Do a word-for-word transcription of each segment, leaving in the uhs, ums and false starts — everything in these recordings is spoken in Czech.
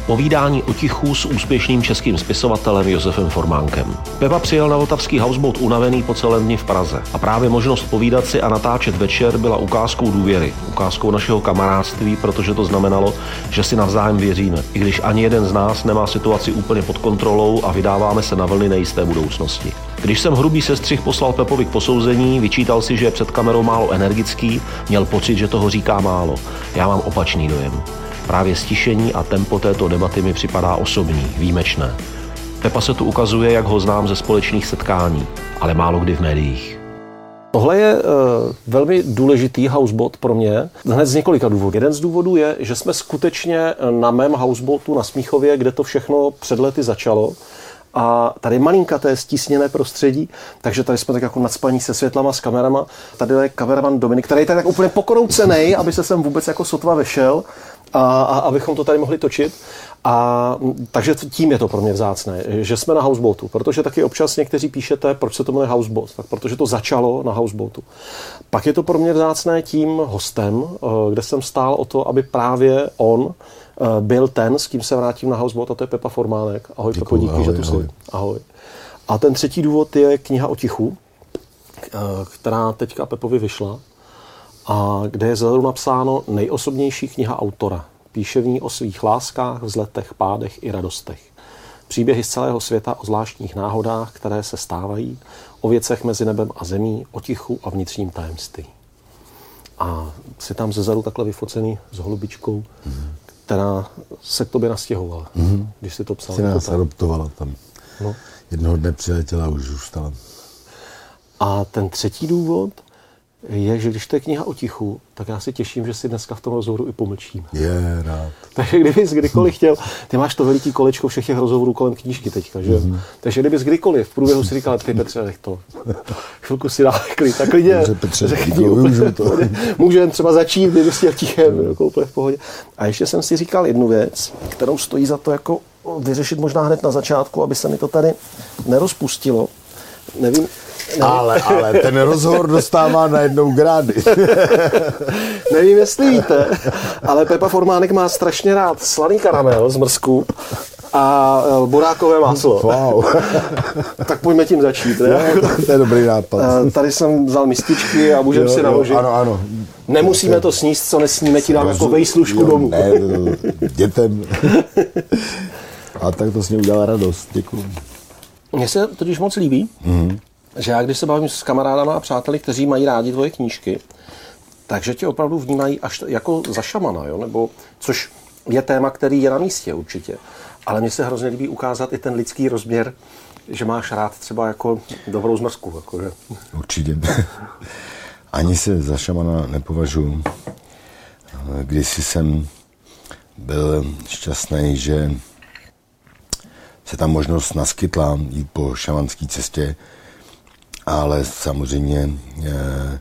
Povídání o tichu s úspěšným českým spisovatelem Josefem Formánkem. Pepa přijel na vltavský houseboat unavený po celém dni v Praze. A právě možnost povídat si a natáčet večer byla ukázkou důvěry, ukázkou našeho kamarádství, protože to znamenalo, že si navzájem věříme. I když ani jeden z nás nemá situaci úplně pod kontrolou a vydáváme se na vlny nejisté budoucnosti. Když jsem hrubý sestřih poslal Pepovi k posouzení, vyčítal si, že je před kamerou málo energický, měl pocit, že toho říká málo. Já mám opačný dojem. Právě stišení a tempo této debaty mi připadá osobní, výjimečné. Pepa se tu ukazuje, jak ho znám ze společných setkání, ale málo kdy v médiích. Tohle je uh, velmi důležitý houseboat pro mě, hned z několika důvodů. Jeden z důvodů je, že jsme skutečně na mém houseboatu na Smíchově, kde to všechno před lety začalo, a tady malinkaté stísněné prostředí, takže tady jsme tak jako nadspaní se světlama, s kamerama. Tady je kameraman Dominik, který je tady tak úplně pokroucenej, aby se sem vůbec jako sotva vešel a, a abychom to tady mohli točit. A takže tím je to pro mě vzácné, že jsme na houseboatu, protože taky občas někteří píšete, proč se to jmenuje houseboat, tak protože to začalo na houseboatu. Pak je to pro mě vzácné tím hostem, kde jsem stál o to, aby právě on byl ten, s kým se vrátím na houseboat, a to je Pepa Formánek. Ahoj, děkuju, Pepo, díky, ahoj, že tu jsi. Ahoj. A ten třetí důvod je kniha o tichu, která teďka Pepovi vyšla a kde je vzadu napsáno nejosobnější kniha autora. Píše v ní o svých láskách, vzletech, pádech i radostech. Příběhy z celého světa o zvláštních náhodách, které se stávají, o věcech mezi nebem a zemí, o tichu a vnitřním tajemství. A jsi tam zezadu takhle vyfocený s holubičkou, mm. která se k tobě nastěhovala, mm. když jsi to psal. Jsi nás adoptovala tam. No. Jednoho dne přiletěla a už zůstala. A ten třetí důvod je, že když to je kniha o tichu, tak já si těším, že si dneska v tom rozhovoru i pomlčíme. Je, rád. Takže kdybys kdykoliv chtěl, ty máš to veliký kolečko všech těch rozhovorů kolem knížky teďka, že? Mm-hmm. Takže kdybys kdykoliv v průběhu si říkal, ty Petře, nech to. Chvilku si dá klid, tak klidně. Dobře, Petře, využiju to. Můžeme třeba začít, kdybys chtěl tichem, jako úplně v pohodě. A ještě jsem si říkal jednu věc, kterou stojí za to jako vyřešit možná hned na začátku, aby se mi to tady nerozpustilo. Nevím, Nevím. Ale, ale ten rozhovor dostává najednou grády. Nevím, jestli víte, ale Pepa Formánek má strašně rád slaný karamel z Mrzku a borákové máslo. Wow. Tak pojďme tím začít. Ne? No, to je dobrý nápad. Tady jsem vzal mističky a můžeme si naložit. Ano, ano. Nemusíme to sníst, co nesníme, ti dám jako vejslušku domů. Ne, dětem. A tak to s ní udělala radost. Děkuju. Mně se totiž moc líbí, mm. že já když se bavím s kamarádama a přáteli, kteří mají rádi tvoje knížky, takže tě opravdu vnímají až jako za šamana, jo? Nebo, což je téma, který je na místě určitě. Ale mně se hrozně líbí ukázat i ten lidský rozměr, že máš rád třeba jako dobrou zmrzku. Jako, že? Určitě. Ani se za šamana nepovažuji. Kdysi jsem byl šťastný, že se tam možnost naskytla jít po šamanské cestě, ale samozřejmě eh,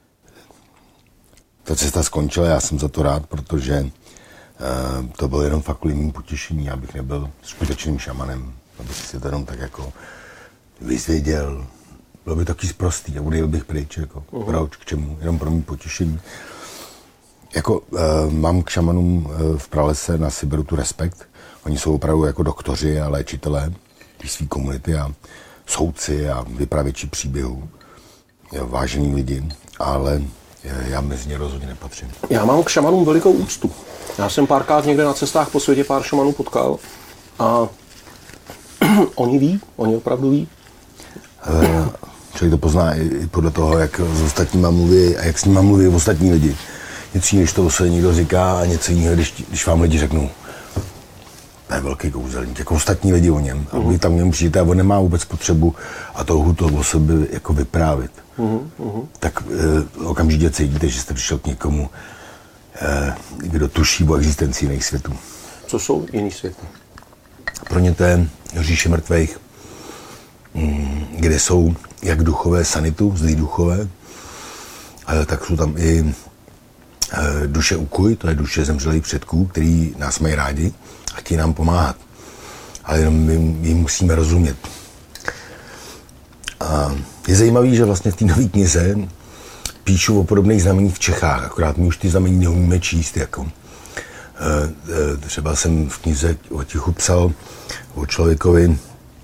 ta cesta skončila, já jsem za to rád, protože eh, to bylo jenom fakt kvůli mým potěšení, abych nebyl skutečným šamanem, abych si to jenom tak jako vyzvěděl. Bylo by taky sprostý a odjel bych pryč, jako uh-huh. proč, k čemu, jenom pro mý potěšení. Jako eh, mám k šamanům eh, v pralese na Sibiru tu respekt. Oni jsou opravdu jako doktoři a léčitelé své komunity a soudci a vypravěči příběhů. Vážení lidi, ale já mezi ně rozhodně nepatřím. Já mám k šamanům velikou úctu. Já jsem párkrát někde na cestách po světě pár šamanů potkal a oni ví, oni opravdu ví. E, člověk to pozná i podle toho, jak s ostatníma mluví a jak s nima mluví ostatní lidi. Něco jiného, když to o sobě někdo říká a něco jiného, když, když vám lidi řeknou, to je velký kouzelník, jako ostatní lidi o něm. Uh-huh. A vy tam něm přijďte a on nemá vůbec potřebu a touhu to o sobě jako vyprávět. Uh-huh. Tak e, okamžitě cítíte, že jste přišel k někomu, e, kdo tuší o existenci jiných světů. Co jsou jiný světy? Pro ně to je říše mrtvejch, kde jsou jak duchové sanitu, zlí duchové, e, tak jsou tam i e, duše ukuj, to je duše zemřelých předků, který nás mají rádi a chtějí nám pomáhat. Ale jenom my, my musíme rozumět. A je zajímavý, že vlastně v té nové knize píšu o podobných znameních v Čechách, akorát my už ty znamení neumíme číst. Jako. Třeba jsem v knize o tichu psal o člověkovi,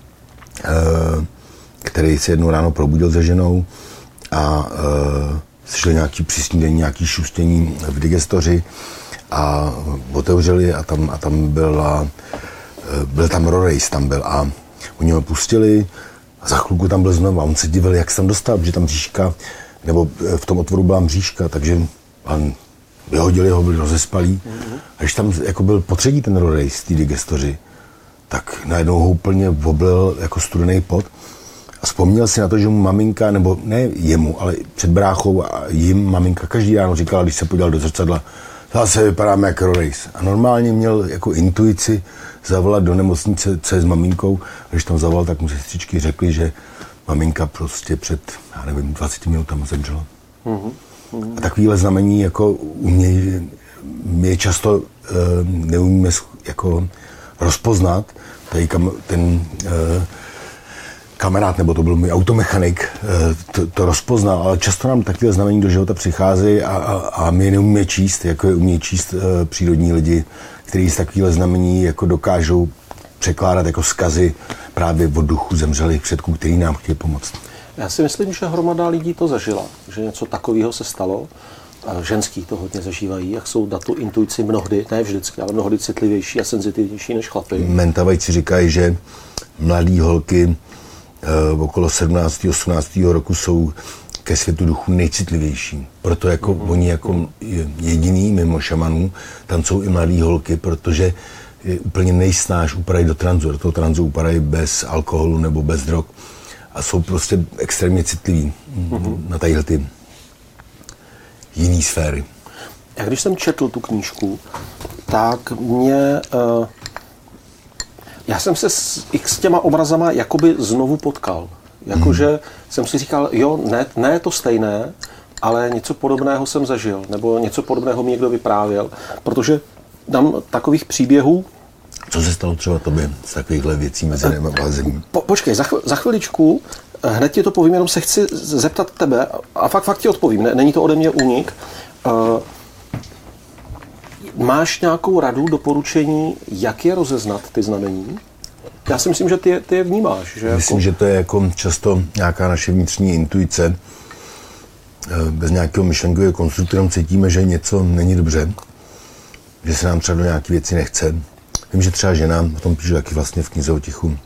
který se jednou ráno probudil se ženou a slyšeli nějaký při snídani, nějaký šustění v digestoři a otevřeli a tam, a tam byla, byl tam Rorejs, tam byl a oni ho pustili a za chvilku tam byl znovu a on se divil, jak se tam dostal, protože tam bříška, nebo v tom otvoru byla bříška, takže on vyhodili ho, byli rozespalí. Mm-hmm. A když tam jako byl potřetí ten Rorejs v té digestoři, tak najednou ho úplně oblil jako studený pot a vzpomněl si na to, že mu maminka, nebo ne jemu, ale před bráchou a jim maminka každý ráno říkala, když se podíval do zrcadla, zase vypadáme jako Rorejs. A normálně měl jako intuici zavolat do nemocnice, co je s maminkou. A když tam zavolal, tak mu sestřičky řekli, že maminka prostě před, já nevím, dvaceti minutami zemřela. Mm-hmm. A takovýhle znamení jako u mě, my často uh, neumíme jako rozpoznat. Tady kam, ten uh, kamarád, nebo to byl můj automechanik, uh, to, to rozpoznal, ale často nám takovýhle znamení do života přichází a, a, a my neumíme číst, jako je umí číst uh, přírodní lidi, kteří z takovýhle znamení jako dokážou překládat jako vzkazy právě od duchu zemřelých předků, který nám chtějí pomoct. Já si myslím, že hromada lidí to zažila, že něco takového se stalo. Ženský to hodně zažívají, jak jsou na tu intuici mnohdy, ne vždycky, ale mnohdy citlivější a senzitivnější než chlapy. Mentavajci říkají, že mladý holky eh, okolo sedmnáctého osmnáctého roku jsou ke světu duchu nejcitlivější. Proto jako mm-hmm. oni jako jediný mimo šamanů tancou i mladý holky, protože je úplně nejsnáž upadají do tranzu. Do toho tranzu upadají bez alkoholu nebo bez drog. A jsou prostě extrémně citliví mm-hmm. na tadyhle ty jiný sféry. Já když jsem četl tu knížku, tak mě... Uh, já jsem se s x těma obrazama jakoby znovu potkal. Jakože mm. jsem si říkal, jo, ne, ne to stejné, ale něco podobného jsem zažil, nebo něco podobného mi někdo vyprávěl, protože tam takových příběhů... Co se stalo třeba tobě z takovýchhle věcí mezi nebem a zemí? Po, počkej, za, chv, za chviličku, hned ti to povím, jenom se chci zeptat tebe a fakt, fakt ti odpovím, ne, není to ode mě únik. Uh, máš nějakou radu, doporučení, jak je rozeznat ty znamení? Já si myslím, že ty, ty je vnímáš. Že myslím, jako... že to je jako často nějaká naše vnitřní intuice. Bez nějakého myšlenkového konstruktu jenom cítíme, že něco není dobře, že se nám třeba do nějaké věci nechce. Vím, že třeba žena, o tom píšu taky vlastně v knize o tichu,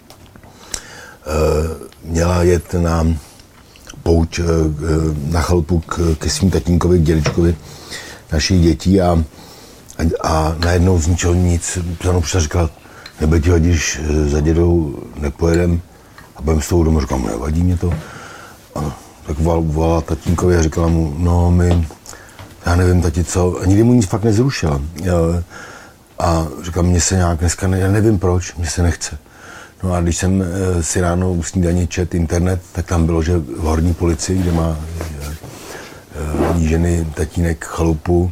měla jet na pouť na chalupu ke svým tatínkovi, k dědečkovi našich dětí a, a, a najednou z ničeho nic za mnou přišla, říkala, nebude ti vadí, když za dědou nepojedem a budeme s tou doma. Říkám, nevadí mě to. A tak volala tatínkovi a říkala mu, no my, já nevím, tati co, a nikdy mu nic fakt nezrušila. A říkám, mně se nějak dneska, ne, já nevím proč, mně se nechce. No a když jsem si ráno u snídaně čet internet, tak tam bylo, že v horní policii, kde má ženy tatínek chalupu,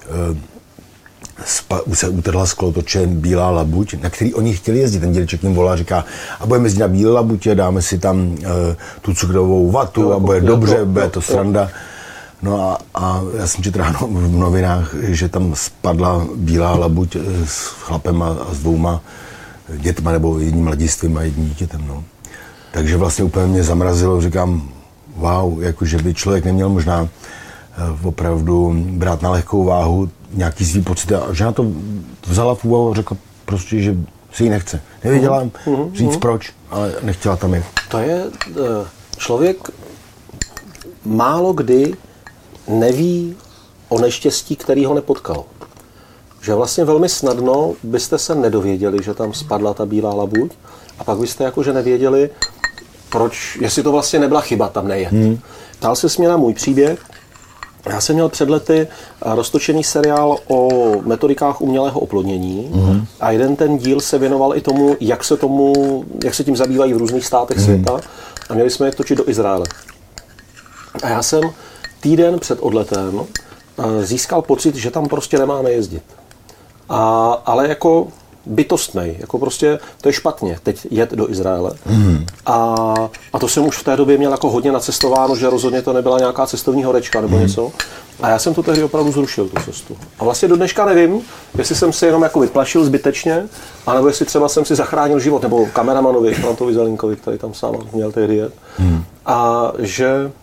Spa, se utrhla z kolotoče bílá labuť, na který oni chtěli jezdit. Ten dědeček jim volá, říká, a budeme jezdit na bílé labutě, dáme si tam uh, tu cukrovou vatu jo, a bude jo, dobře, jo, bude to sranda. No a, a já jsem četl ráno v novinách, že tam spadla bílá labuť s chlapem a, a s dvouma dětma, nebo jedním mladistvím a jedním dítětem. No. Takže vlastně úplně mě zamrazilo, říkám, wow, jakože by člověk neměl možná uh, opravdu brát na lehkou váhu nějaký svý pocity a žena to vzala v úvahu a řekla prostě, že si ji nechce. Nevěděla uh-huh, říct uh-huh. proč, ale nechtěla tam jít. To je, člověk málo kdy neví o neštěstí, který ho nepotkal. Že vlastně velmi snadno byste se nedověděli, že tam spadla ta bílá labuť a pak byste jakože nevěděli, proč, jestli to vlastně nebyla chyba tam nejet. Hmm. Ptal se mě na můj příběh. Já jsem měl před lety roztočený seriál o metodikách umělého oplodnění mm. a jeden ten díl se věnoval i tomu, jak se, tomu, jak se tím zabývají v různých státech mm. světa a měli jsme je točit do Izraele. A já jsem týden před odletem získal pocit, že tam prostě nemáme jezdit. A, ale jako bytostnej, jako prostě to je špatně, teď jet do Izraele. Mm. A, a to jsem už v té době měl jako hodně nacestováno, že rozhodně to nebyla nějaká cestovní horečka nebo mm. něco. A já jsem to tehdy opravdu zrušil, tu cestu. A vlastně do dneška nevím, jestli jsem si jenom jako vyplašil zbytečně, anebo jestli třeba jsem si zachránil život, nebo kameramanovi, Frantovi Zelinkovi, který tam sám měl tehdy jet. Hmm. A že,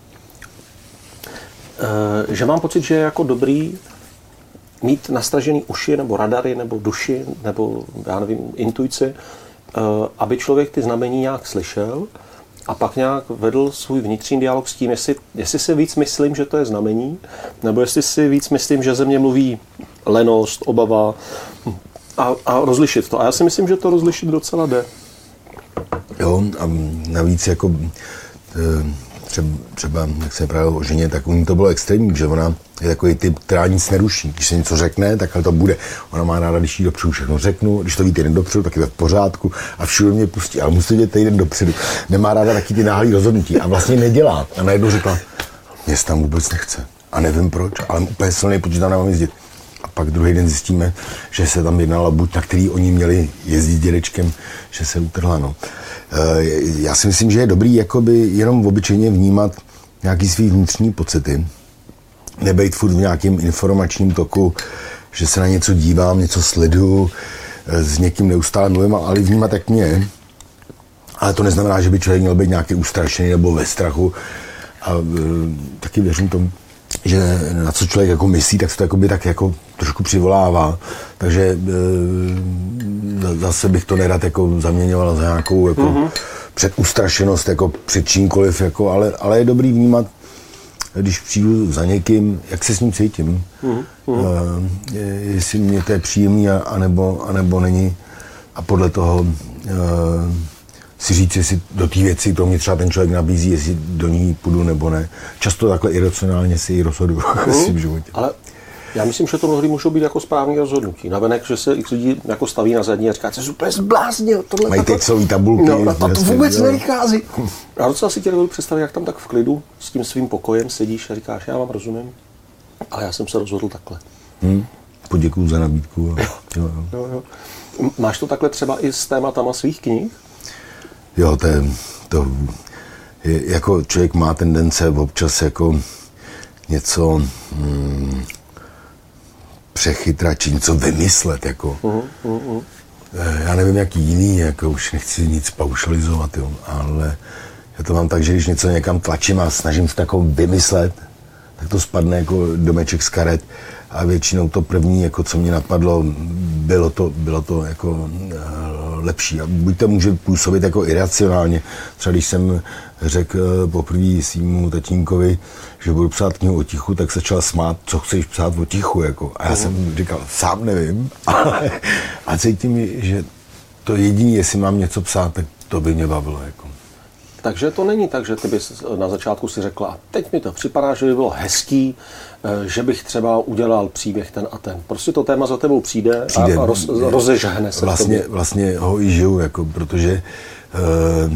e, že mám pocit, že je jako dobrý mít nastražený uši, nebo radary, nebo duši, nebo já nevím, intuici, e, aby člověk ty znamení nějak slyšel a pak nějak vedl svůj vnitřní dialog s tím, jestli, jestli si víc myslím, že to je znamení, nebo jestli si víc myslím, že ze mě mluví lenost, obava a, a rozlišit to. A já si myslím, že to rozlišit docela jde. Jo, a navíc jako třeba, třeba jak se právě o ženě, tak u ní to bylo extrémní, že ona je takový typ, která nic neruší. Když se něco řekne, tak to bude. Ona má ráda, když jí dopředu všechno řeknu, když to ví týden dopředu, tak je to v pořádku a všude mě pustí, ale musí vidět týden dopředu. Nemá ráda taky ty náhlý rozhodnutí a vlastně nedělá. A najednou řekla, mě se tam vůbec nechce. A nevím proč, ale úplně silný počítám, nemám jezdit. A pak druhý den zjistíme, že se tam jednala buď na který oni měli jezdit s dědečkem, že se utrhla. No. Já si myslím, že je dobrý jakoby jenom obyčejně vnímat nějaký svý vnitřní pocity, nebejt furt v nějakém informačním toku, že se na něco dívám, něco sleduju, s někým neustále mluvím, ale vnímat, jak mě je. Ale to neznamená, že by člověk měl být nějaký ustrašený nebo ve strachu. A e, taky věřím tomu, že na co člověk jako myslí, tak se to jakoby tak jako trošku přivolává. Takže e, zase bych to nerad jako zaměňoval za nějakou jako mm-hmm. předustrašenost jako před čímkoliv, jako, ale, ale je dobrý vnímat, když přijdu za někým, jak se s ním cítím. Mm-hmm. E, jestli mě to je příjemný, a, anebo, anebo není. A podle toho e, si říct, jestli do té věci, to mě třeba ten člověk nabízí, jestli do ní půjdu nebo ne. Často takhle iracionálně si ji rozhoduju v svým životě. Ale já myslím, že to mnohdy můžou být jako správný rozhodnutí. Navenek, že se lidi jako staví na zadní a říká, že jsi úplně zbláznil. Tohle mají textové tabulky. No, a to vůbec nevychází. Já docela si tě nebudu představit, jak tam tak v klidu s tím svým pokojem sedíš a říkáš, já vám rozumím, ale já jsem se rozhodl takhle. Hmm. Poděkuju za nabídku. A... Jo. Jo, jo. Jo, jo. Máš to takhle třeba i s tématama svých knih? Jo, to je, to je, jako člověk má tendence občas jako něco hmm, přechytrat, či něco vymyslet, jako. Uh-huh, uh-huh. Já nevím, jaký jiný, jako už nechci nic paušalizovat, jo, ale já to mám tak, že když něco někam tlačím a snažím se to jako vymyslet, tak to spadne jako domeček z karet a většinou to první, jako co mě napadlo, bylo to, bylo to jako uh, lepší. A buď to může působit jako iracionálně. Třeba když jsem řekl uh, poprvé svýmu tatínkovi, že budu psát knihu o tichu, tak se začal smát, co chceš psát o tichu. Jako. A já uh-huh. jsem říkal, sám nevím, ale a cítím, že to jediné, jestli mám něco psát, tak to by mě bavilo. Jako. Takže to není tak, že ty bys na začátku si řekla, teď mi to připadá, že by bylo hezký, že bych třeba udělal příběh ten a ten. Prostě to téma za tebou přijde, přijde a roz, rozežhne se. Vlastně, vlastně ho i žiju, jako, protože uh,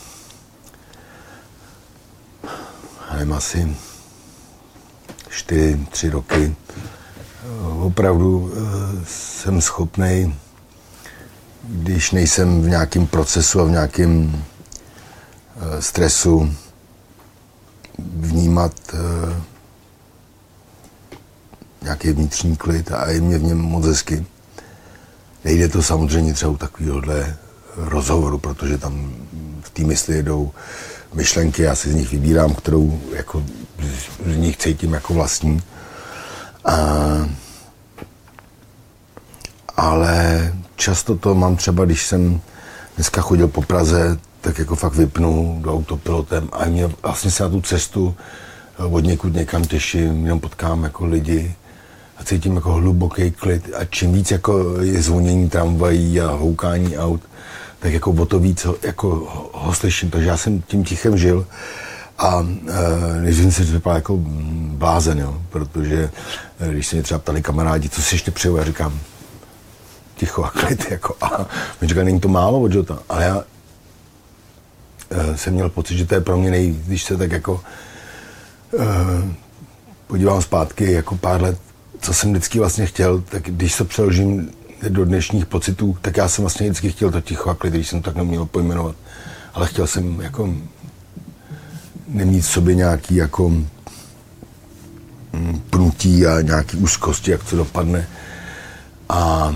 nevím, asi čtyři, tři roky uh, opravdu uh, jsem schopnej, když nejsem v nějakém procesu a v nějakém stresu, vnímat uh, nějaký vnitřní klid a je mě v něm moc hezky. Nejde to samozřejmě třeba u takovéhohle rozhovoru, protože tam v té mysli jedou myšlenky, já si z nich vybírám, kterou jako z nich cítím jako vlastní. A, ale často to mám třeba, když jsem dneska chodil po Praze, tak jako fakt vypnu do autopilotem a mě vlastně se na tu cestu od někud někam těším, jenom potkám jako lidi a cítím jako hluboký klid a čím víc jako je zvonění tramvají a houkání aut, tak jako o to víc ho, jako ho slyším, takže já jsem tím tichem žil a e, než jsem si vypadal jako blázen, jo, protože e, když se mě třeba ptali kamarádi, co si ještě přeju, já říkám ticho a klid, jako a mi říkali, není to málo od života, ale já jsem měl pocit, že to je pro mě nej, když se tak jako uh, podívám zpátky jako pár let, co jsem vždycky vlastně chtěl, tak když se přeložím do dnešních pocitů, tak já jsem vlastně vždycky chtěl to ticho a klid, když jsem to tak neměl pojmenovat. Ale chtěl jsem jako nemít v sobě nějaký jako pnutí a nějaký úzkosti, jak to dopadne. A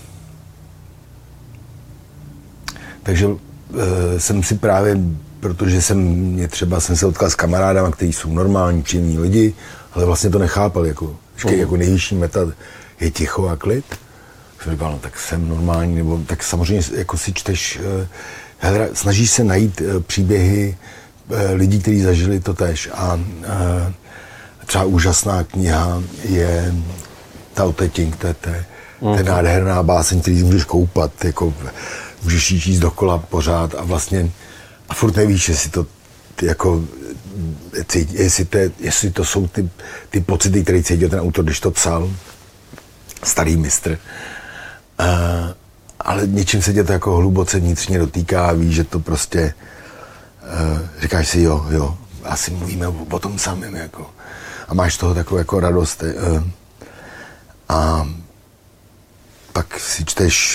takže e, jsem si právě, protože jsem mě třeba jsem se utkal s kamarádama, kteří jsou normální, příjemní lidi, ale vlastně to nechápal, jako, uh. jako nejvyšší meta je ticho a klid. Jsem říkal, no tak jsem normální, nebo tak samozřejmě jako si čteš, e, hele, snažíš se najít e, příběhy e, lidí, kteří zažili to též. A e, třeba úžasná kniha je Tao Te Ching, to je, to je, to je nádherná báseň, který můžeš koupat, jako můžeš jí číst dokola pořád a vlastně a furt nevíš, jestli to jako jestli to, jestli to jsou ty, ty pocity, které cítil ten autor, když to psal, starý mistr. Uh, ale něčím se tě to jako hluboce vnitřně dotýká a víš, že to prostě uh, říkáš si jo, jo, asi mluvíme o, o tom samém, jako. A máš toho takovou jako radost. Uh, a pak si čteš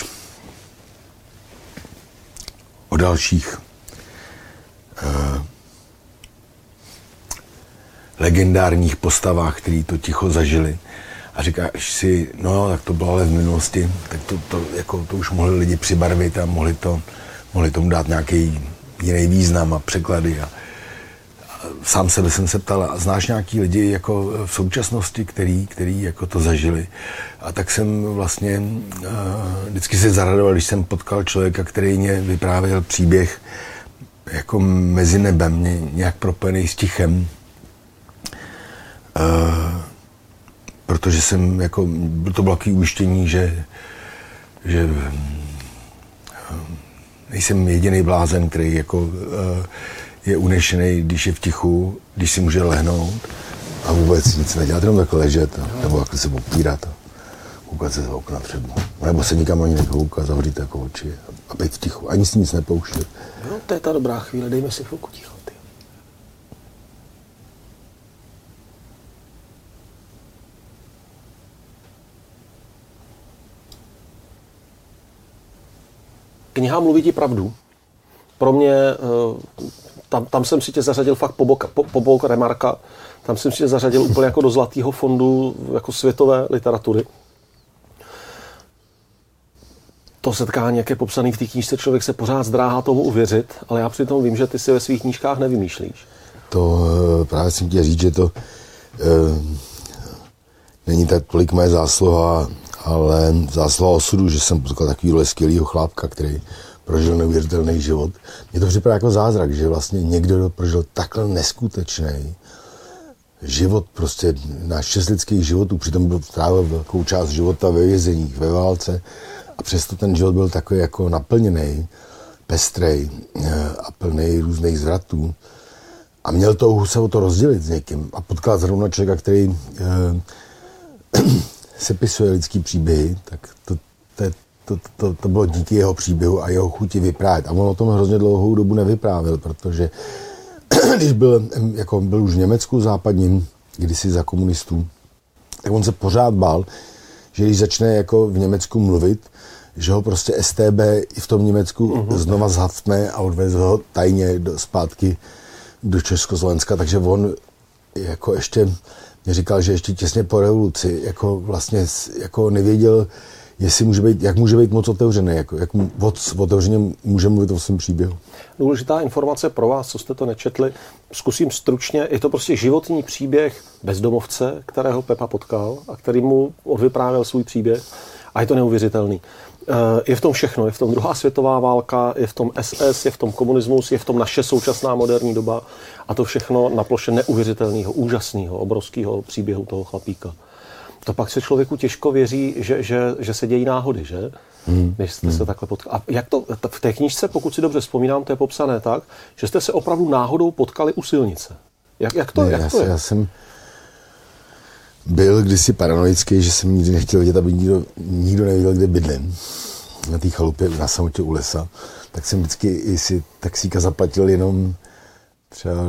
o dalších uh, legendárních postavách, který to ticho zažili. A říkáš si, no tak to bylo ale v minulosti, tak to, to, jako, to už mohli lidi přibarvit a mohli, to, mohli tomu dát nějaký jiný význam a překlady. A, a sám sebe jsem se ptal, a znáš nějaký lidi jako v současnosti, který, který jako to zažili. A tak jsem vlastně uh, vždycky se zaradoval, když jsem potkal člověka, který mě vyprávěl příběh jako mezi nebem, ně, nějak propojený s tichem. Uh, protože jsem jako, to bylo takové ujištění, že, že uh, nejsem jediný blázen, který jako uh, je unešený, když je v tichu, když si může lehnout a vůbec nic nedělat, jenom takhle ležet, a, nebo takhle se opírat a koukat se z okna třeba. Nebo se nikam ani nekoukat, zavřít jako oči a být v tichu, ani si nic nepouštět. No, to je ta dobrá chvíle, dejme si chvilku ticho. Ty. Kniha Mluví ti pravdu. Pro mě, tam, tam jsem si tě zařadil fakt po bok, po, po bok Remarka, tam jsem si tě zařadil úplně jako do zlatého fondu jako světové literatury. To setkání, jak je popsaný v té knížce, člověk se pořád zdráhá tomu uvěřit, ale já přitom vím, že ty si ve svých knížkách nevymýšlíš. To právě jsem chtěl říct, že to e, není tak tolik moje zásluha, ale zásluha osudu, že jsem potkal takovýhle skvělýho chlápka, který prožil neuvěřitelný život. Mně to připadá jako zázrak, že vlastně někdo prožil takhle neskutečný život, prostě náš šest lidských životů, přitom byl strávil velkou část života ve vězeních, ve válce a přesto ten život byl takový jako naplněný, pestrej a plný různých zvratů. A měl touhu se o to rozdělit s někým a potkal zrovna člověka, který eh, sepisuje lidský příběhy, tak to, to, to, to, to bylo díky jeho příběhu a jeho chuti vyprávět. A on o tom hrozně dlouhou dobu nevyprávěl, protože když byl, jako byl už v Německu západním, kdysi za komunistů, tak on se pořád bál, že když začne jako v Německu mluvit, že ho prostě S T B i v tom Německu uh-huh. znova zhaftne a odveze ho tajně do, zpátky do Československa, takže on jako ještě mě říkal, že ještě těsně po revoluci jako vlastně jako nevěděl, jestli může být, jak může být moc otevřený, jako, jak moc otevřeně může mluvit o svém příběhu. Důležitá informace pro vás, co jste to nečetli, zkusím stručně, je to prostě životní příběh bezdomovce, kterého Pepa potkal a který mu odvyprávěl svůj příběh a je to neuvěřitelný. Je v tom všechno, je v tom druhá světová válka, je v tom S S, je v tom komunismus, je v tom naše současná moderní doba a to všechno na ploše neuvěřitelného, úžasného, obrovského příběhu toho chlapíka. To pak se člověku těžko věří, že, že, že se dějí náhody, že? Hmm. Když jste hmm. se takhle potkali. A jak to, v té knížce, pokud si dobře vzpomínám, to je popsané tak, že jste se opravdu náhodou potkali u silnice. Jak, jak to, ne, jak já, to je? Já jsem byl kdysi paranoický, že jsem nikdy nechtěl vidět, aby nikdo, nikdo nevěděl, kde bydlím. Na té chalupě na samotě u lesa. Tak jsem vždycky i si taxíka zaplatil jenom třeba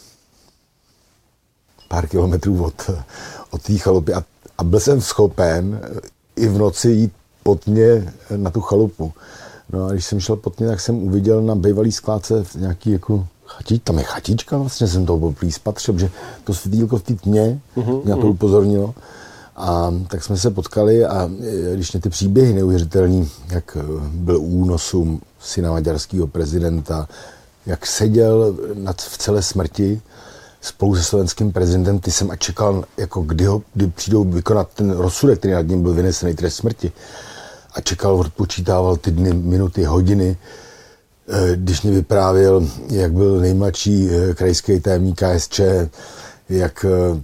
pár kilometrů od, od té chalupy. A, a byl jsem schopen i v noci jít pod mě na tu chalupu. No a když jsem šel pod mě, tak jsem uviděl na bývalý skládce nějaký jako Chatič, tam je chatička, vlastně jsem toho poprvé spatřil, že to světýlko v té tmě mm-hmm. mě na to upozornilo. A tak jsme se potkali a když mě ty příběhy neuvěřitelný, jak byl u únosu syna maďarského prezidenta, jak seděl nad, v celé smrti spolu se slovenským prezidentem, ty jsem a čekal, jako kdy, ho, kdy přijdou vykonat ten rozsudek, který nad ním byl vynesený trest smrti. A čekal, odpočítával ty dny, minuty, hodiny. Když mě vyprávěl, jak byl nejmladší krajský tajemník K S Č, jak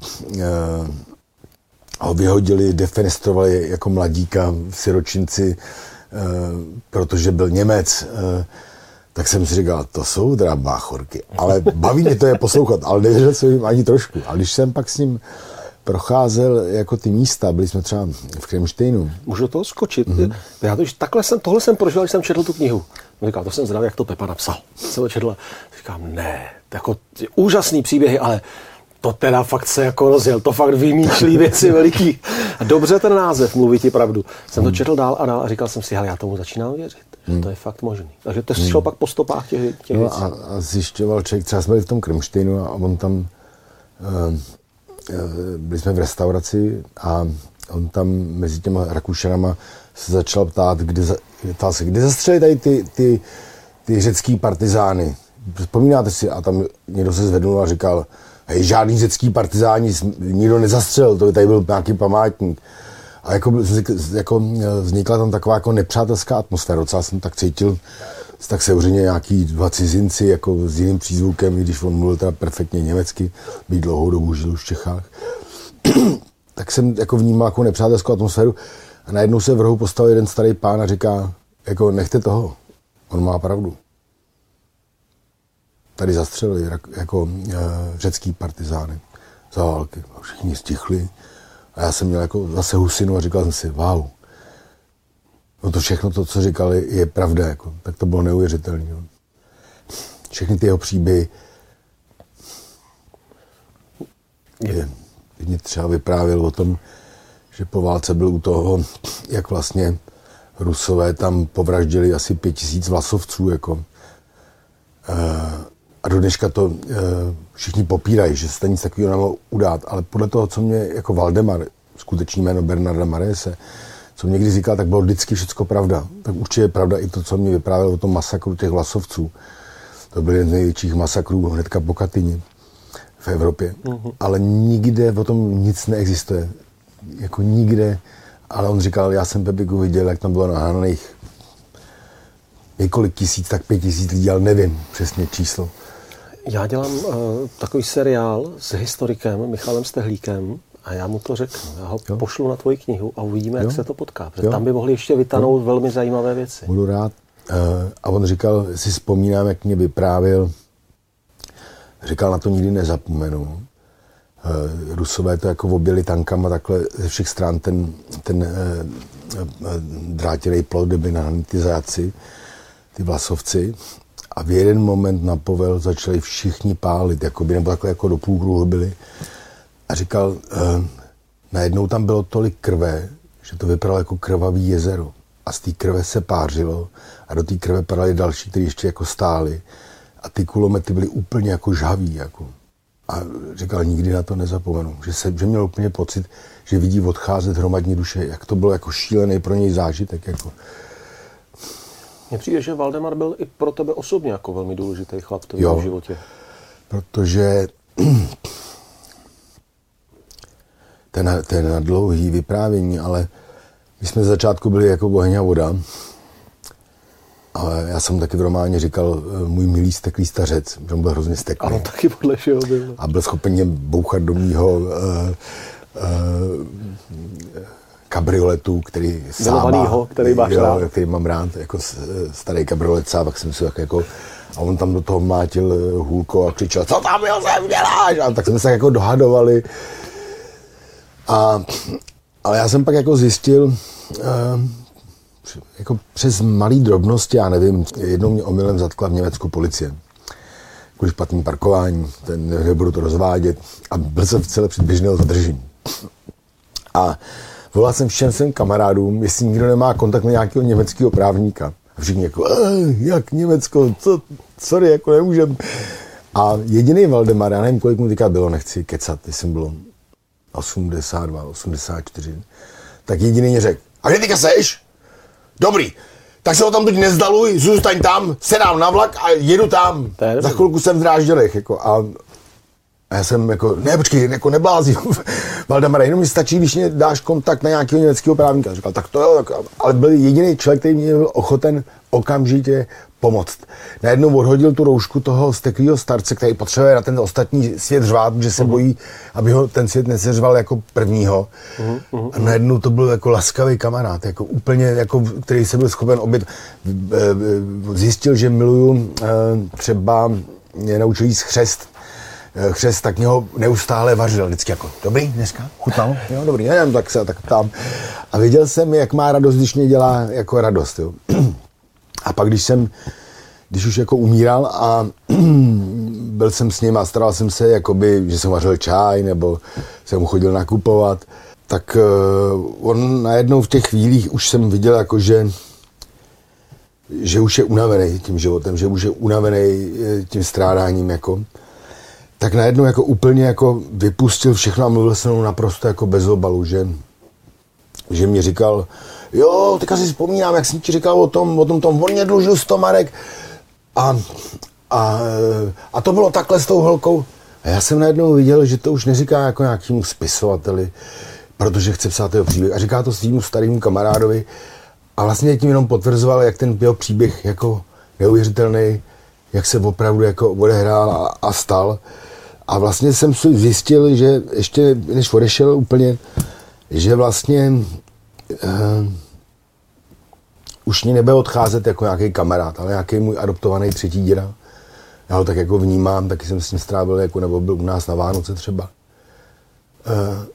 ho vyhodili, defenestrovali jako mladíka v siročinci, protože byl Němec, tak jsem si říkal, to jsou teda báchorky. Ale baví mě to je poslouchat, ale nevěřil jsem jim ani trošku. A když jsem pak s ním procházel jako ty místa, byli jsme třeba v Kremštejnu. Můžu toho skočit? Mm-hmm. Já to, takhle jsem, tohle jsem prožil, když jsem četl tu knihu. Říkal, to jsem zdravý, jak to Pepa napsal. Jsem to četl. Říkám, ne, jako úžasný příběhy, ale to teda fakt se jako rozjel, to fakt vymýšlí věci veliký. A dobře ten název, mluví ti pravdu. Jsem to četl dál a dál a říkal jsem si, hele, já tomu začínám věřit. Hmm. To je fakt možný. Takže to šel hmm. pak po stopách těch, těch no věcí. A, a zjišťoval člověk, třeba jsme byli v tom Kremštejnu a on tam, uh, byli jsme v restauraci a on tam mezi těma Rakušanama se začal ptát, kdy, ptál se, kdy zastřelili tady ty, ty, ty řecký partizány. Vzpomínáte si? A tam někdo se zvednul a říkal, hej, žádný řecký partizáni, nikdo nezastřelil, to tady byl nějaký památník. A jako, jako vznikla tam taková jako nepřátelská atmosféra, docela jsem tak cítil, tak sevřeně nějaký dva cizinci jako s jiným přízvukem, i když on mluvil teda perfektně německy, být dlouhou dobu žil už v Čechách. Tak jsem jako vnímal jako nepřátelskou atmosféru a najednou se v rohu postavil jeden starý pán a říká, jako nechte toho, on má pravdu. Tady zastřelili jako uh, řecký partizány za války a všichni stichli. A já jsem měl jako zase husinu a říkal jsem si, wow, no to všechno to, co říkali, je pravda, jako, tak to bylo neuvěřitelné. No. Všechny ty jeho příběhy, je, mě třeba vyprávěl o tom, že po válce byl u toho, jak vlastně Rusové tam povraždili asi pět tisíc vlasovců, jako. A do dneška to všichni popírají, že se to nic takového nemohlo udát, ale podle toho, co mě jako Valdemar, skutečný jméno Bernarda Marése, co mě někdy říkal, tak bylo vždycky všecko pravda. Tak určitě je pravda i to, co mě vyprávěl o tom masakru těch vlasovců. To byl jeden z největších masakrů hnedka po Katyni v Evropě. Mm-hmm. Ale nikde o tom nic neexistuje. Jako nikde. Ale on říkal, já jsem Pepiku viděl, jak tam bylo nahraných několik tisíc, tak pět tisíc lidí, ale nevím přesně číslo. Já dělám uh, takový seriál s historikem Michalem Stehlíkem a já mu to řeknu. Já ho jo. pošlu na tvoji knihu a uvidíme, jo. jak se to potká. Protože tam by mohli ještě vytanout jo. velmi zajímavé věci. Budu rád. Uh, a on říkal, si vzpomínám, jak mě vyprávěl, říkal, na to nikdy nezapomenu. Uh, Rusové to jako objeli tankama takhle ze všech stran ten, ten uh, uh, drátěnej plot, kde by nahraný ty zajaci, ty vlasovci. A v jeden moment na povel začali všichni pálit, jakoby, nebo takhle jako do půlkruhu byli. A říkal, eh, najednou tam bylo tolik krve, že to vypadalo jako krvavý jezero. A z té krve se pářilo a do té krve padaly další, které ještě jako stály. A ty kulomety byly úplně jako žhaví. Jako. A říkal, nikdy na to nezapomenu. Že, se, že měl úplně pocit, že vidí odcházet hromadní duše. Jak to bylo jako šílený pro něj zážitek. Jako. Mně přijde, že Valdemar byl i pro tebe osobně jako velmi důležitý chlap v tvém životě. Protože ten, ten na dlouhý vyprávění, ale my jsme z začátku byli jako oheň a voda. Ale já jsem taky v románě říkal můj milý steklý stařec, že on byl hrozně steklý. Ano, taky podle všeho byl. A byl schopen mě bouchat do mýho uh, uh, kabrioletu, který sábá, který máš jo, rád. který mám rád, jako starý kabriolet sábá, tak jsem si tak jako, a on tam do toho mátil hůlko a křičel, co tam Josef děláš? A tak jsme se jako dohadovali. A, ale já jsem pak jako zjistil, uh, jako přes malý drobnosti, já nevím, jednou mě omylem zatkla v Německu policie. Kvůli špatným parkování, ten, nebudu to rozvádět, a byl jsem v celé předběžného zadržení. A volal jsem všem svým kamarádům, jestli nikdo nemá kontakt na nějakého německého právníka. A všichni jako, jak Německo, co, sorry, jako nemůžem. A jediný Valdemar, já nevím, kolik mu teďka bylo, nechci kecat, když jsem byl osmdesát dva, osmdesát čtyři, tak jediný mě řekl, a kde teďka seš? Dobrý, tak se ho tam teď nezdaluj, zůstaň tam, sedám na vlak a jedu tam. Za chvilku jsem v Dráždělech, jako a A já jsem jako, ne, počkej, jako neblází. Valdemar, jenom mi stačí, když mě dáš kontakt na nějakého německého právníka. Říkal, tak to jo, tak, ale byl jediný člověk, který mě byl ochoten okamžitě pomoct. Najednou odhodil tu roušku toho steklého starce, který potřebuje na ten ostatní svět řvát, že se uh-huh. bojí, aby ho ten svět neseřval jako prvního. Uh-huh, uh-huh. A najednou to byl jako laskavý kamarád, jako úplně, jako, který se byl schopen obět. Zjistil, že miluju třeba, mě naučil jíst chřest. Chřest, tak mě ho neustále vařil vždycky jako, dobrý dneska, chutnal, jo, dobrý, nevím, tak se tak ptám. A viděl jsem, jak má radost, když mě dělá jako radost, jo. A pak, když jsem, když už jako umíral a byl jsem s ním a staral jsem se, jakoby, že jsem vařil čaj, nebo jsem mu chodil nakupovat, tak uh, on najednou v těch chvílích už jsem viděl, jako, že, že už je unavený tím životem, že už je unavený tím strádáním, jako. Tak najednou jako úplně jako vypustil všechno a mluvil se mnou naprosto jako bez obalu, že, že mi říkal, jo, teďka si vzpomínám, jak jsem ti říkal o tom, o tom, tom on mě dlužil sto marek a, a, a to bylo takhle s tou holkou. A já jsem najednou viděl, že to už neříká jako nějakému spisovateli, protože chce psát jeho příběh a říká to svýmu starému kamarádovi a vlastně tím jenom potvrzoval, jak ten jeho příběh jako neuvěřitelný, jak se opravdu jako odehrál a, a stal. A vlastně jsem si zjistil, že ještě než odešel úplně, že vlastně uh, už mě nebude odcházet jako nějaký kamarád, ale nějaký můj adoptovaný třetí děda. Já ho tak jako vnímám, taky jsem s ním strávil, jako, nebo byl u nás na Vánoce třeba. Uh,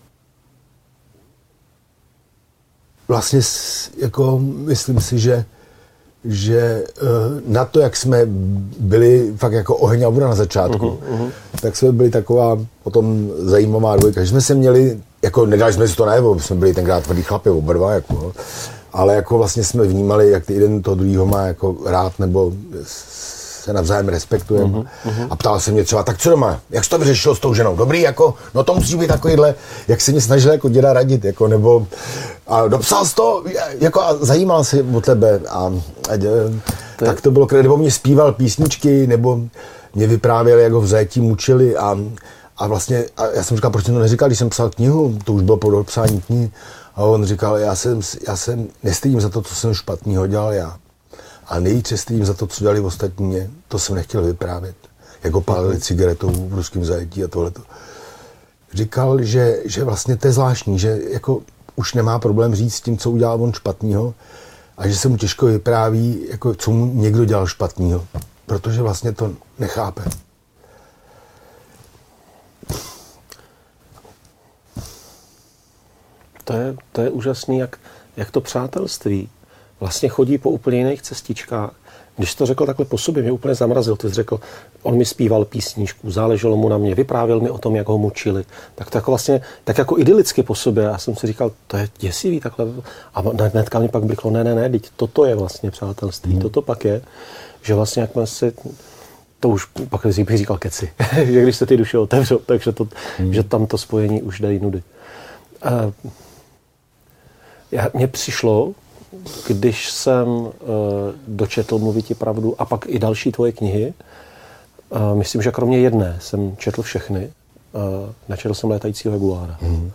vlastně jako myslím si, že že na to, jak jsme byli fakt jako oheň a voda na začátku, uh-huh, uh-huh. tak jsme byli taková potom zajímavá dvojka, že jsme se měli, jako nedali jsme si to najevo, jsme byli tenkrát tvrdý chlapi, oba dva, jako, ale jako vlastně jsme vnímali, jak ty jeden toho druhýho má jako rád, nebo se navzájem respektujeme. Uh-huh, uh-huh. A ptal se mě třeba, tak co doma, jak jsi to vyřešil s tou ženou? Dobrý, jako, no to musí být takovýhle, jak se mě snažil jako děda radit, jako, nebo a dopsal jsi to, jako a zajímal se o tebe a, a to tak to bylo, nebo mě zpíval písničky, nebo mě vyprávěli, jak ho v zajetí mučili a, a vlastně, a já jsem říkal, proč jsem to neříkal, když jsem psal knihu, to už bylo po dopsání knihy a on říkal, já jsem, já jsem nestydím za to, co jsem špatného dělal já. A nejvíce stydím za to, co dělali ostatní mě, to jsem nechtěl vyprávět. Jako pálili cigaretou v ruském zajetí a tohleto. Říkal, že, že vlastně to je zvláštní, že jako už nemá problém říct s tím, co udělal on špatného a že se mu těžko vypráví, jako co mu někdo dělal špatného, protože vlastně to nechápe. To je, to je úžasný, jak, jak to přátelství vlastně chodí po úplně jiných cestičkách. Když to řekl takhle po sobě, mě úplně zamrazil. Ty jsi řekl, on mi zpíval písničku, záleželo mu na mě, vyprávěl mi o tom, jak ho mučili. Tak, tak vlastně, tak jako idylicky po sobě. Já jsem si říkal, to je děsivý takhle. A hnedka mě pak bliklo, ne, ne, ne, teď toto je vlastně přátelství. Hmm. Toto pak je, že vlastně jak si, to už pak bych říkal keci, že když se ty duše otevřou, takže to, hmm. že tam to spojení už dají nudy. Uh, já, mně přišlo, když jsem uh, dočetl Mluvit ti pravdu a pak i další tvoje knihy, uh, myslím, že kromě jedné jsem četl všechny, uh, nečetl jsem Létajícího jaguára. Mm. Uh,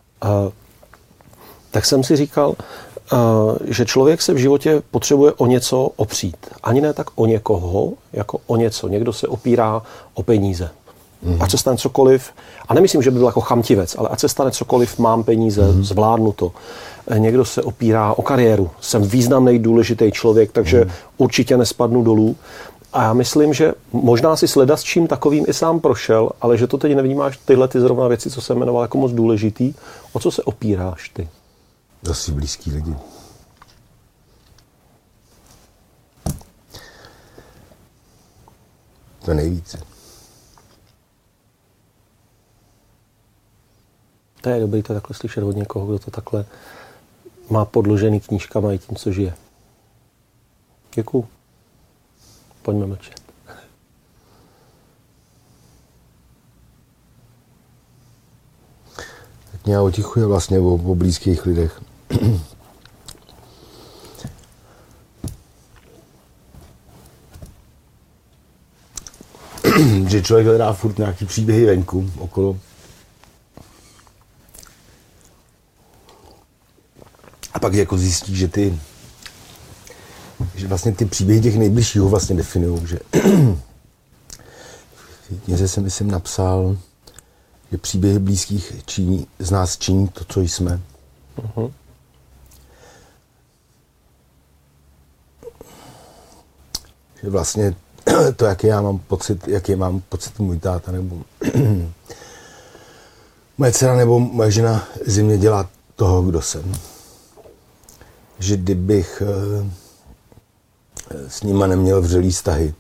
tak jsem si říkal, uh, že člověk se v životě potřebuje o něco opřít. Ani ne tak o někoho, jako o něco. Někdo se opírá o peníze. Mm. Ať se stane cokoliv, a nemyslím, že by byl jako chamtivec, ale ať se stane cokoliv, mám peníze, mm. zvládnu to. Někdo se opírá o kariéru. Jsem významný, důležitý člověk, takže mm. určitě nespadnu dolů. A já myslím, že možná si sleda s čím takovým i sám prošel, ale že to teď nevnímáš tyhle ty zrovna věci, co jsem jmenoval jako moc důležitý. O co se opíráš ty? Asi blízký lidi. To nejvíce. To je dobrý to takhle slyšet od někoho, kdo to takhle má podložený knížkama i tím, co žije. Děkuju. Pojďme mlčet. kniha o tichu je vlastně o, o blízkých lidech. Že člověk hledá furt nějaký příběhy venku, okolo. A pak jako zjistí, že ty, že vlastně ty příběhy těch nejbližších ho vlastně definují, že v knize jsem, jsem napsal, že příběhy blízkých činí, z nás činí to, co jsme. Uh-huh. Že vlastně to, jaký já mám pocit, jaký mám pocit můj táta, nebo moje dcera, nebo moje žena ze mě dělá toho, kdo jsem. Že kdybych s nima neměl vřelý vztahy,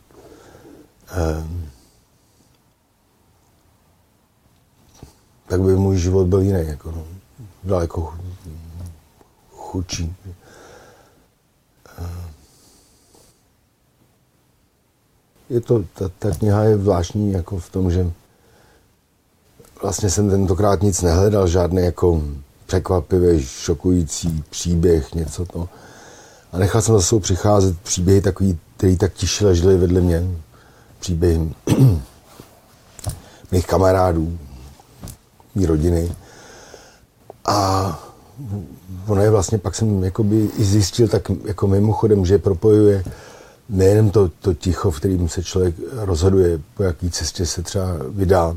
tak by můj život byl jiný, jako no, daleko chudší. Je to, ta, ta kniha je zvláštní jako v tom, že vlastně jsem tentokrát nic nehledal, žádný jako překvapivý, šokující příběh, něco to. A nechal jsem za sebou přicházet příběhy takový, který tak tiše ležely vedle mě. Příběhy mých kamarádů, mý rodiny. A ono je vlastně, pak jsem jakoby i zjistil tak jako mimochodem, že propojuje nejen to, to ticho, v kterým se člověk rozhoduje, po jaký cestě se třeba vydá,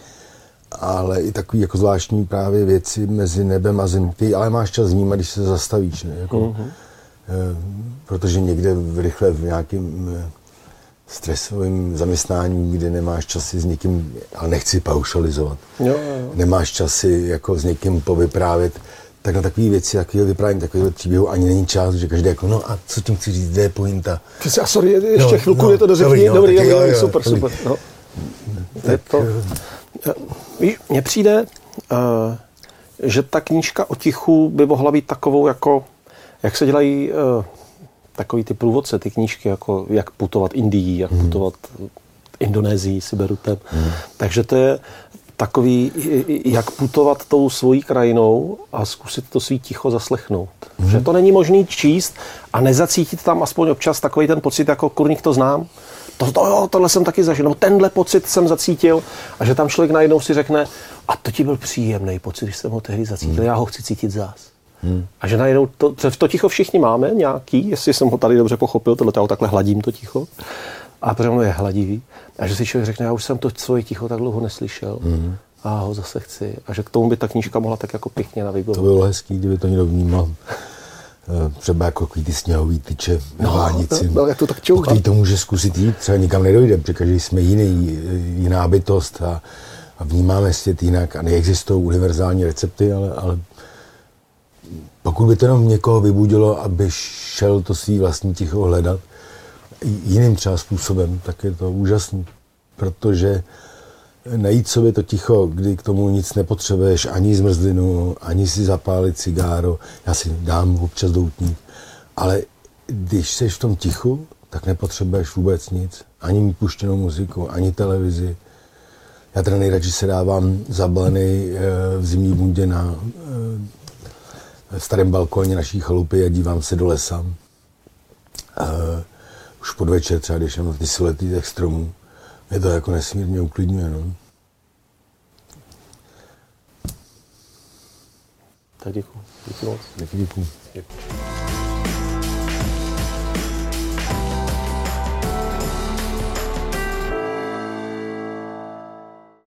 ale i takový jako zvláštní právě věci mezi nebem a zemí. Ty ale máš čas vnímat, když se zastavíš, ne? Jako, mm-hmm. e, protože někde v rychle v nějakém e, stresovém zaměstnání, kde nemáš čas si s někým, ale nechci paušalizovat, jo, jo. Nemáš čas si jako s někým povyprávět, tak na takové věci, takového vyprávění, takového příběhu ani není čas, že každý jako, no a co tím chci říct, kde je pointa. A sorry, ještě no, chvilku, no, je to dořekni, dobrý, dobrý, dobrý, dobrý, super, dobrý. super. No. Tak, to, víš, mně přijde, uh, že ta knížka o tichu by mohla být takovou jako, jak se dělají uh, takový ty průvodce, ty knížky, jako jak putovat Indií, jak hmm. putovat Indonésií, Siberutem. Hmm. Takže to je takový, jak putovat tou svojí krajinou a zkusit to svý ticho zaslechnout. Hmm. Že to není možný číst a nezacítit tam aspoň občas takový ten pocit, jako kurník to znám. To, to, jo, tohle jsem taky zažil, no tenhle pocit jsem zacítil a že tam člověk najednou si řekne, a to ti byl příjemný pocit, když jsem ho tehdy zacítil, hmm. já ho chci cítit zás. Hmm. A že najednou to, to ticho všichni máme nějaký, jestli jsem ho tady dobře pochopil, tohle já ho takhle hladím to ticho a protože ono je hladivý a že si člověk řekne, já už jsem to svoje ticho tak dlouho neslyšel hmm. a ho zase chci a že k tomu by ta knížka mohla tak jako pěkně navigovat. To bylo hezký, kdyby to někdo vnímal. Třeba jako ty sněhový tyče na Vánici. No, jak to tak čouchá. Pokud to může zkusit jít, třeba nikam nedojde, protože každý jsme jiný, jiná bytost a, a vnímáme svět jinak a neexistují univerzální recepty, ale, ale pokud by to jenom někoho vybudilo, aby šel to svý vlastní ticho hledat jiným třeba způsobem, tak je to úžasný, protože najít sobě to ticho, kdy k tomu nic nepotřebuješ, ani zmrzlinu, ani si zapálit cigáro, já si dám občas doutník, ale když jsi v tom tichu, tak nepotřebuješ vůbec nic, ani mít puštěnou muziku, ani televizi. Já teda nejradši se dávám zabalený v zimní bundě na v starém balkóně naší chalupy a dívám se do lesa. Už podvečer třeba, když mám ty silety těch stromů, mě to jako nesmírně uklidňuje, no. Tak děkuji. Děkuji moc. Děkuji. Děkuji.